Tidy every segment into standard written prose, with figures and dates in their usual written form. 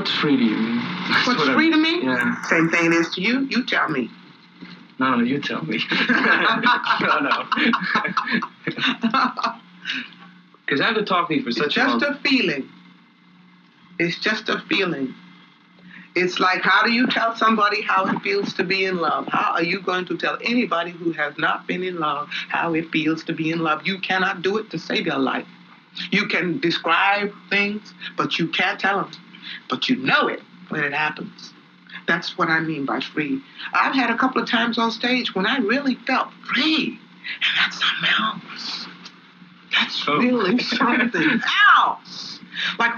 What's free to you? What's free to me? Yeah. Same thing it is to you. You tell me. No, you tell me. No. Because I've been talking to you for such a long time. It's just a feeling. It's just a feeling. It's like, how do you tell somebody how it feels to be in love? How are you going to tell anybody who has not been in love how it feels to be in love? You cannot do it to save your life. You can describe things, but you can't tell them. But you know it when it happens. That's what I mean by free. I've had a couple of times on stage when I really felt free. And that's something else. That's really something else. Like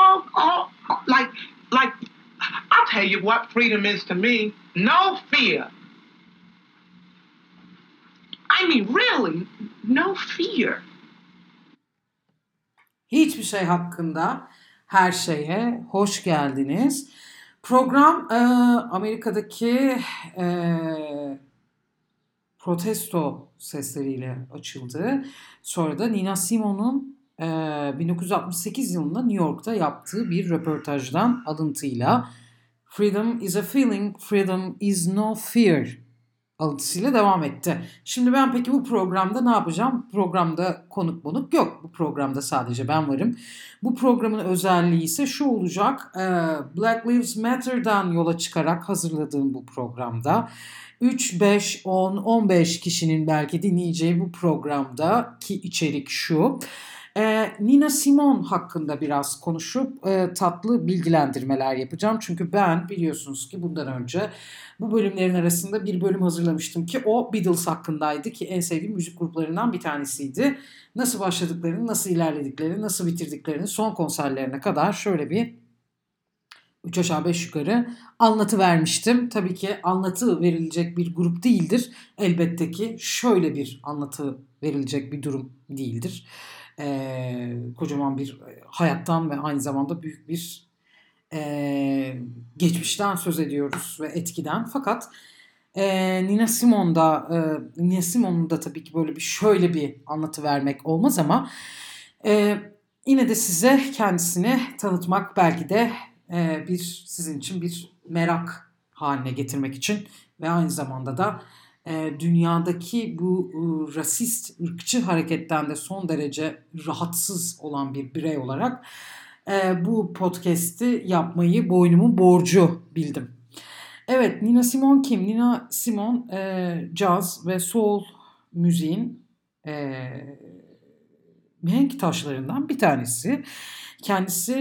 like I'll tell you what freedom is to me. No fear. I mean, really, no fear. Hiçbir şey hakkında her şeye hoş geldiniz. Program Amerika'daki protesto sesleriyle açıldı. Sonra da Nina Simone'un 1968 yılında New York'ta yaptığı bir röportajdan alıntıyla Freedom is a feeling, freedom is no fear alıntısıyla devam etti. Şimdi ben peki bu programda ne yapacağım? Programda konuk yok. Bu programda sadece ben varım. Bu programın özelliği ise şu olacak. Black Lives Matter'dan yola çıkarak hazırladığım bu programda 3, 5, 10, 15 kişinin belki dinleyeceği bu programdaki içerik şu. Nina Simone hakkında biraz konuşup tatlı bilgilendirmeler yapacağım. Çünkü ben biliyorsunuz ki bundan önce bu bölümlerin arasında bir bölüm hazırlamıştım ki o Beatles hakkındaydı ki en sevdiğim müzik gruplarından bir tanesiydi. Nasıl başladıklarını, nasıl ilerlediklerini, nasıl bitirdiklerini son konserlerine kadar şöyle bir 3 aşağı 5 yukarı anlatı vermiştim. Tabii ki anlatı verilecek bir grup değildir. Elbette ki şöyle bir anlatı verilecek bir durum değildir. Kocaman bir hayattan ve aynı zamanda büyük bir geçmişten söz ediyoruz ve etkiden. Fakat Nina Simone'un da tabii ki böyle şöyle bir anlatı vermek olmaz ama yine de size kendisini tanıtmak belki de sizin için bir merak haline getirmek için ve aynı zamanda da dünyadaki bu rasist, ırkçı hareketten de son derece rahatsız olan bir birey olarak bu podcast'i yapmayı boynumun borcu bildim. Evet, Nina Simone kim? Nina Simone caz ve soul müziğin mihenk taşlarından bir tanesi. Kendisi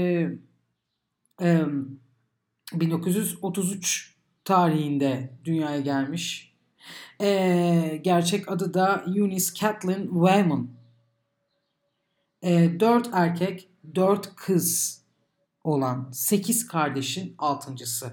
1933 tarihinde dünyaya gelmiş. Gerçek adı da Eunice Kathleen Wayman. 4 erkek, 4 kız olan 8 kardeşin 6.'sı.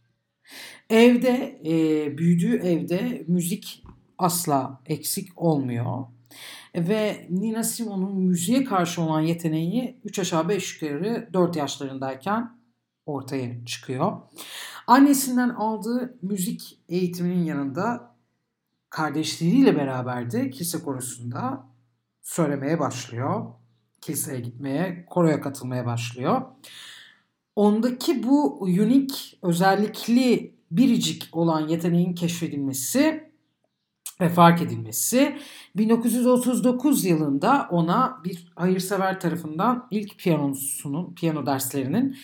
Büyüdüğü evde müzik asla eksik olmuyor. Ve Nina Simone'un müziğe karşı olan yeteneği 3 aşağı 5 yukarı 4 yaşlarındayken ortaya çıkıyor. Annesinden aldığı müzik eğitiminin yanında kardeşleriyle beraber de kilise korosunda söylemeye başlıyor. Kiliseye gitmeye, koroya katılmaya başlıyor. Ondaki bu unik, özellikli, biricik olan yeteneğin keşfedilmesi ve fark edilmesi 1939 yılında ona bir hayırsever tarafından ilk piyano derslerinin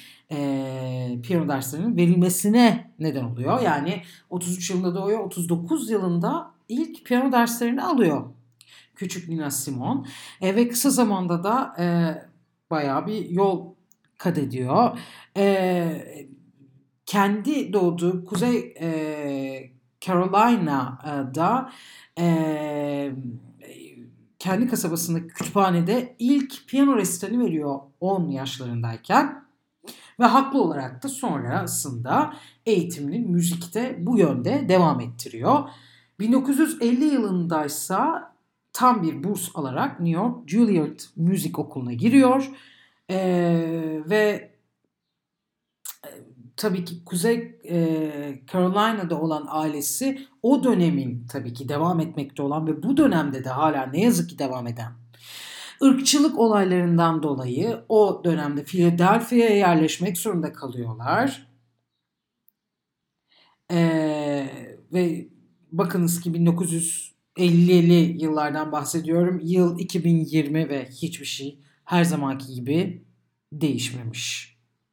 verilmesine neden oluyor. Yani 33 yılında doğuyor, 39 yılında ilk piyano derslerini alıyor küçük Nina Simone ve kısa zamanda da bayağı bir yol kat ediyor. Kendi doğduğu Kuzey Carolina'da kendi kasabasındaki kütüphanede ilk piyano resitali veriyor 10 yaşlarındayken ve haklı olarak da sonrasında eğitimini müzikte bu yönde devam ettiriyor. 1950 yılındaysa tam bir burs alarak New York Juilliard Müzik Okulu'na giriyor ve tabii ki Kuzey Carolina'da olan ailesi o dönemin tabii ki devam etmekte olan ve bu dönemde de hala ne yazık ki devam eden Irkçılık olaylarından dolayı o dönemde Philadelphia'ya yerleşmek zorunda kalıyorlar. Ve bakınız ki 1950'li yıllardan bahsediyorum. Yıl 2020 ve hiçbir şey her zamanki gibi değişmemiş.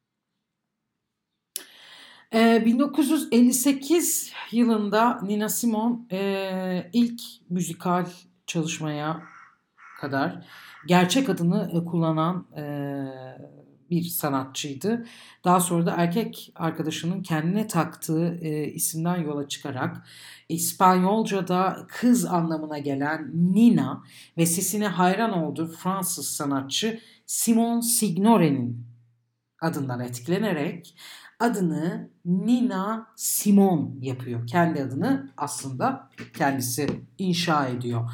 1958 yılında Nina Simone ilk müzikal çalışmaya kadar gerçek adını kullanan bir sanatçıydı. Daha sonra da erkek arkadaşının kendine taktığı isimden yola çıkarak İspanyolca'da kız anlamına gelen Nina ve sesine hayran olduğu Fransız sanatçı Simone Signoret'in adından etkilenerek adını Nina Simone yapıyor. Kendi adını aslında kendisi inşa ediyor.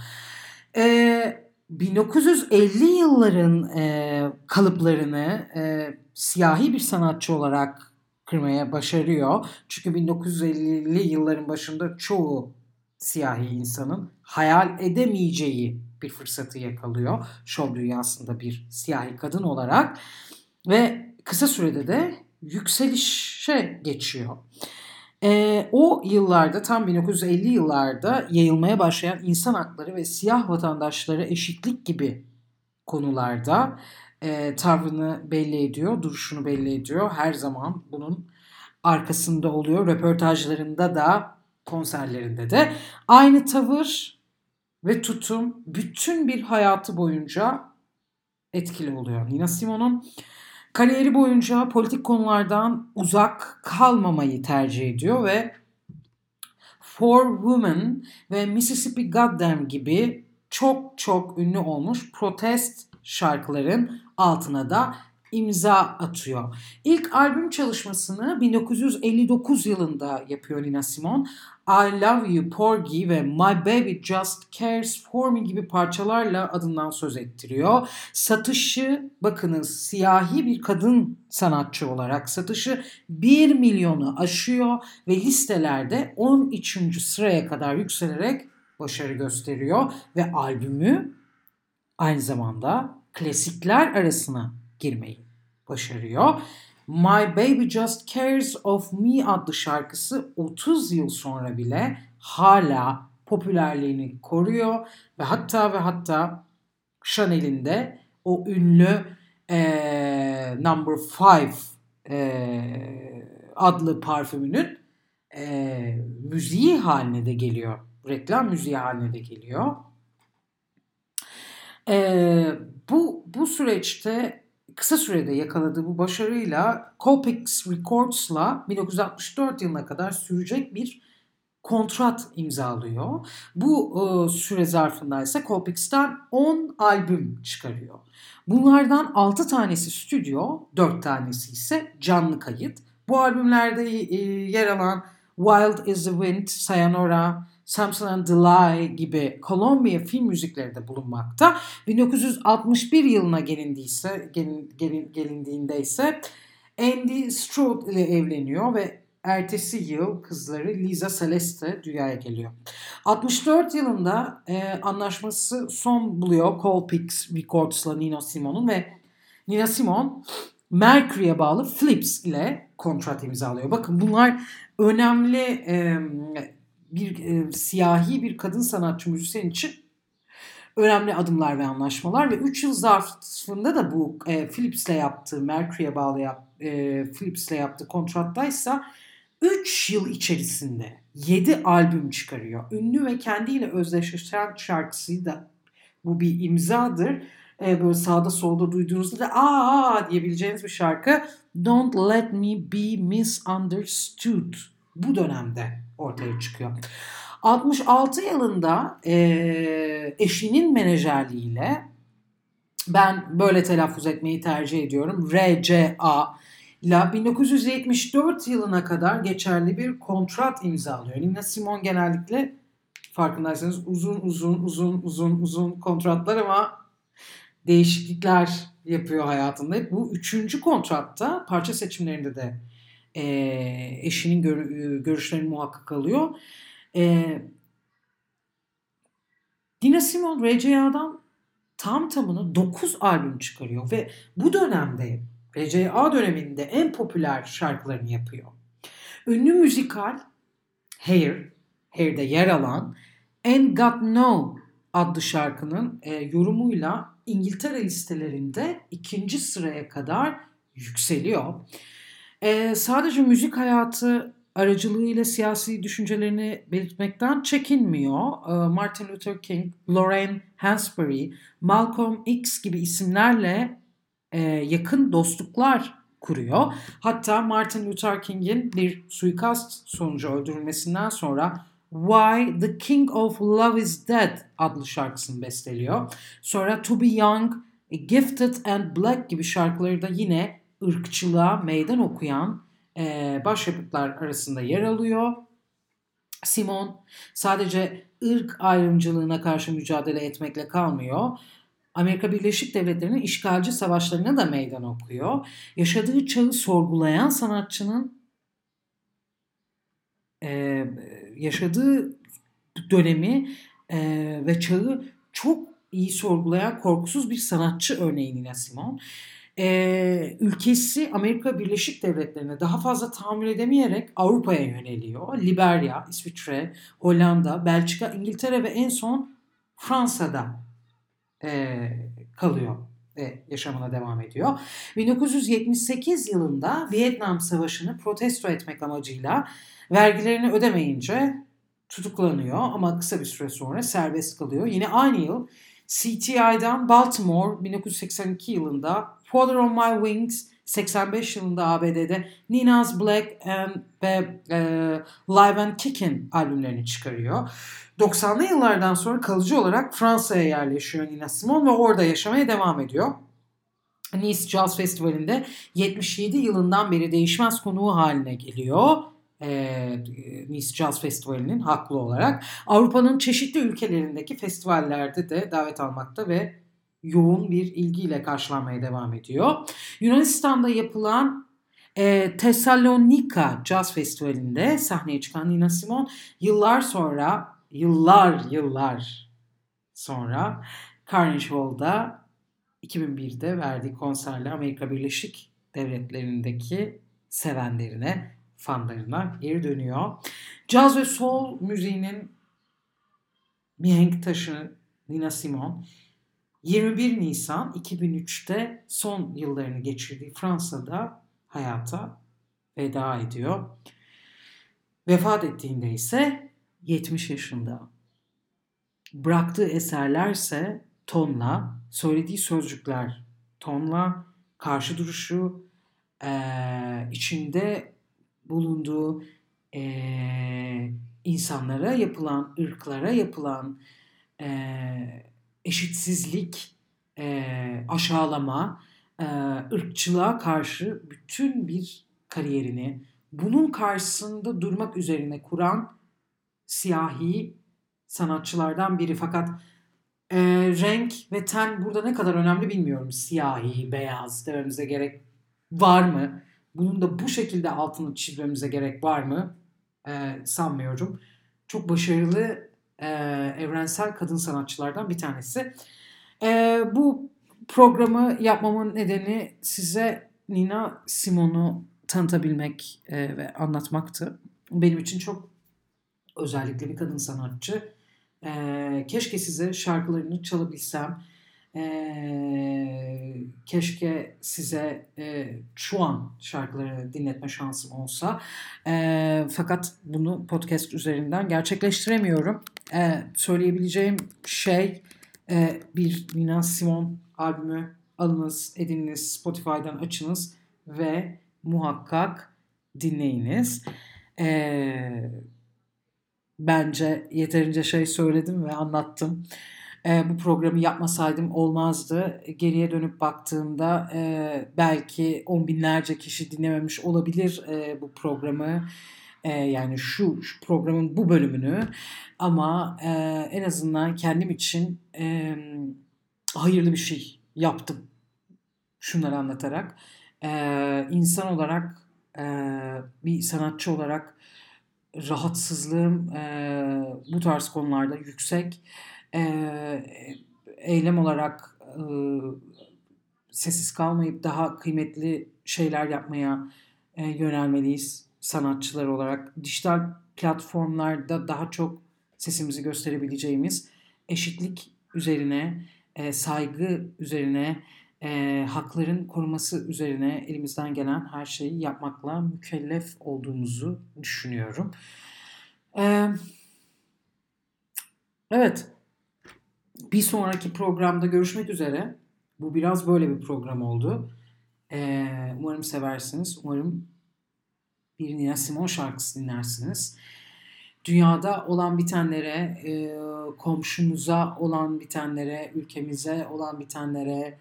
1950 yılların kalıplarını siyahi bir sanatçı olarak kırmaya başarıyor. Çünkü 1950'li yılların başında çoğu siyahi insanın hayal edemeyeceği bir fırsatı yakalıyor. Şov dünyasında bir siyahi kadın olarak ve kısa sürede de yükselişe geçiyor. O yıllarda tam 1950 yıllarda yayılmaya başlayan insan hakları ve siyah vatandaşlara eşitlik gibi konularda tavrını belli ediyor, duruşunu belli ediyor. Her zaman bunun arkasında oluyor. Röportajlarında da, konserlerinde de aynı tavır ve tutum bütün bir hayatı boyunca etkili oluyor. Nina Simone'un kariyeri boyunca politik konulardan uzak kalmamayı tercih ediyor ve For Women ve Mississippi Goddam gibi çok ünlü olmuş protest şarkıların altına da imza atıyor. İlk albüm çalışmasını 1959 yılında yapıyor Nina Simone. I Love You, Porgy ve My Baby Just Cares For Me gibi parçalarla adından söz ettiriyor. Satışı, bakınız, siyahi bir kadın sanatçı olarak satışı 1 milyonu aşıyor ve listelerde 13. sıraya kadar yükselerek başarı gösteriyor ve albümü aynı zamanda klasikler arasına girmeyi başarıyor. My Baby Just Cares of Me adlı şarkısı 30 yıl sonra bile hala popülerliğini koruyor ve hatta Chanel'in de o ünlü Number 5 adlı parfümünün müziği haline de geliyor. Reklam müziği haline de geliyor. Bu süreçte kısa sürede yakaladığı bu başarıyla Colpix Records'la 1964 yılına kadar sürecek bir kontrat imzalıyor. Bu süre zarfında ise Colpix'ten 10 albüm çıkarıyor. Bunlardan 6 tanesi stüdyo, 4 tanesi ise canlı kayıt. Bu albümlerde yer alan Wild is the Wind, Sayonara, Samson and Delilah gibi Kolombiya film müzikleri de bulunmakta. 1961 yılına gelindiğinde ise Andy Strode ile evleniyor ve ertesi yıl kızları Lisa Celeste dünyaya geliyor. 64 yılında anlaşması son buluyor Colpix Records'la Nina Simone'un ve Nina Simone Mercury'e bağlı Philips ile kontrat imzalıyor. Bakın bunlar önemli siyahi bir kadın sanatçı müzisyen için önemli adımlar ve anlaşmalar ve 3 yıl zarfında da bu Philips'le yaptığı Mercury'e bağlı Philips'le yaptığı kontrattaysa 3 yıl içerisinde 7 albüm çıkarıyor. Ünlü ve kendiyle özdeşleşen şarkısı da bu bir imzadır. Böyle sağda solda duyduğunuzda da aa diyebileceğiniz bir şarkı Don't Let Me Be Misunderstood bu dönemde ortaya çıkıyor. 66 yılında eşinin menajerliğiyle ben böyle telaffuz etmeyi tercih ediyorum. RCA ile 1974 yılına kadar geçerli bir kontrat imzalıyor. Nina Simone genellikle farkındaysanız uzun kontratlar ama değişiklikler yapıyor hayatında. Bu 3. kontratta parça seçimlerinde de eşinin görüşlerini muhakkak alıyor. Nina Simone RCA'dan tam tamına 9 albüm çıkarıyor ve bu dönemde RCA döneminde en popüler şarkılarını yapıyor. Ünlü müzikal Hair'de yer alan Ain't Got No adlı şarkının yorumuyla İngiltere listelerinde 2. sıraya kadar yükseliyor. Sadece müzik hayatı aracılığıyla siyasi düşüncelerini belirtmekten çekinmiyor. Martin Luther King, Lorraine Hansberry, Malcolm X gibi isimlerle yakın dostluklar kuruyor. Hatta Martin Luther King'in bir suikast sonucu öldürülmesinden sonra Why the King of Love is Dead adlı şarkısını besteliyor. Sonra To Be Young, Gifted and Black gibi şarkıları da yine ırkçılığa meydan okuyan başyapıtlar arasında yer alıyor. Simon sadece ırk ayrımcılığına karşı mücadele etmekle kalmıyor. Amerika Birleşik Devletleri'nin işgalci savaşlarına da meydan okuyor. Yaşadığı çağı sorgulayan sanatçının yaşadığı dönemi ve çağı çok iyi sorgulayan korkusuz bir sanatçı örneği Nina Simone. Ülkesi Amerika Birleşik Devletleri'ne daha fazla tahammül edemeyerek Avrupa'ya yöneliyor. Liberya, İsviçre, Hollanda, Belçika, İngiltere ve en son Fransa'da kalıyor ve yaşamına devam ediyor. 1978 yılında Vietnam Savaşı'nı protesto etmek amacıyla vergilerini ödemeyince tutuklanıyor ama kısa bir süre sonra serbest kalıyor. Yine aynı yıl CTI'dan Baltimore 1982 yılında Father on My Wings 85 yılında ABD'de Nina's Black ve Live and Kickin albümlerini çıkarıyor. 90'lı yıllardan sonra kalıcı olarak Fransa'ya yerleşiyor Nina Simone ve orada yaşamaya devam ediyor. Nice Jazz Festivali'nde 77 yılından beri değişmez konuğu haline geliyor. Nice Jazz Festivali'nin haklı olarak. Avrupa'nın çeşitli ülkelerindeki festivallerde de davet almakta ve yoğun bir ilgiyle karşılanmaya devam ediyor. Yunanistan'da yapılan Thessalonika Jazz Festivali'nde sahneye çıkan Nina Simone yıllar sonra Carnegie Hall'da 2001'de verdiği konserle Amerika Birleşik Devletleri'ndeki sevenlerine, fanlarına geri dönüyor. Caz ve soul müziğinin mihenk taşı Nina Simone 21 Nisan 2003'te son yıllarını geçirdiği Fransa'da hayata veda ediyor. Vefat ettiğinde ise 70 yaşında. Bıraktığı eserlerse tonla, söylediği sözcükler tonla, karşı duruşu, içinde bulunduğu insanlara yapılan, ırklara yapılan eşitsizlik, aşağılama, ırkçılığa karşı bütün bir kariyerini bunun karşısında durmak üzerine kuran siyahi sanatçılardan biri. Fakat renk ve ten burada ne kadar önemli bilmiyorum. Siyahi, beyaz dememize gerek var mı? Bunun da bu şekilde altını çizmemize gerek var mı? Sanmıyorum. Çok başarılı evrensel kadın sanatçılardan bir tanesi. Bu programı yapmamın nedeni size Nina Simone'u tanıtabilmek ve anlatmaktı. Benim için çok özellikle bir kadın sanatçı. Keşke size şarkılarını çalabilsem. Keşke size şu an şarkılarını dinletme şansım olsa. Fakat bunu podcast üzerinden gerçekleştiremiyorum. Söyleyebileceğim şey bir Nina Simone albümü alınız, edininiz, Spotify'dan açınız ve muhakkak dinleyiniz. Bence yeterince şey söyledim ve anlattım. Bu programı yapmasaydım olmazdı. Geriye dönüp baktığımda belki 10 binlerce kişi dinlememiş olabilir bu programı. Yani şu programın bu bölümünü. Ama en azından kendim için hayırlı bir şey yaptım. Şunları anlatarak. İnsan olarak, bir sanatçı olarak rahatsızlığım bu tarz konularda yüksek. eylem olarak sessiz kalmayıp daha kıymetli şeyler yapmaya yönelmeliyiz sanatçılar olarak. Dijital platformlarda daha çok sesimizi gösterebileceğimiz eşitlik üzerine, saygı üzerine, hakların koruması üzerine elimizden gelen her şeyi yapmakla mükellef olduğumuzu düşünüyorum. Evet, bir sonraki programda görüşmek üzere. Bu biraz böyle bir program oldu. Umarım seversiniz. Umarım bir Nina Simone şarkısı dinlersiniz. Dünyada olan bitenlere, komşumuza olan bitenlere, ülkemize olan bitenlere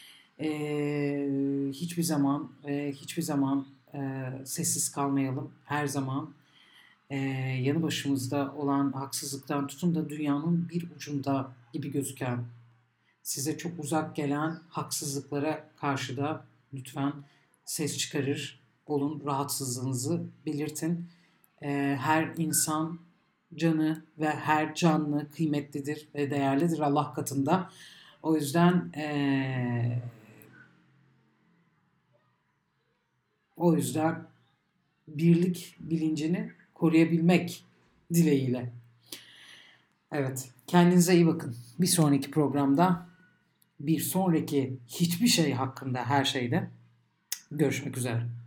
hiçbir zaman sessiz kalmayalım. Her zaman yanı başımızda olan haksızlıktan tutun da dünyanın bir ucunda gibi gözüken, size çok uzak gelen haksızlıklara karşı da lütfen ses çıkarır olun, rahatsızlığınızı belirtin. Her insan canı ve her canlı kıymetlidir ve değerlidir Allah katında. O yüzden birlik bilincini koruyabilmek dileğiyle. Evet, kendinize iyi bakın. Bir sonraki programda, bir sonraki hiçbir şey hakkında, her şeyde görüşmek üzere.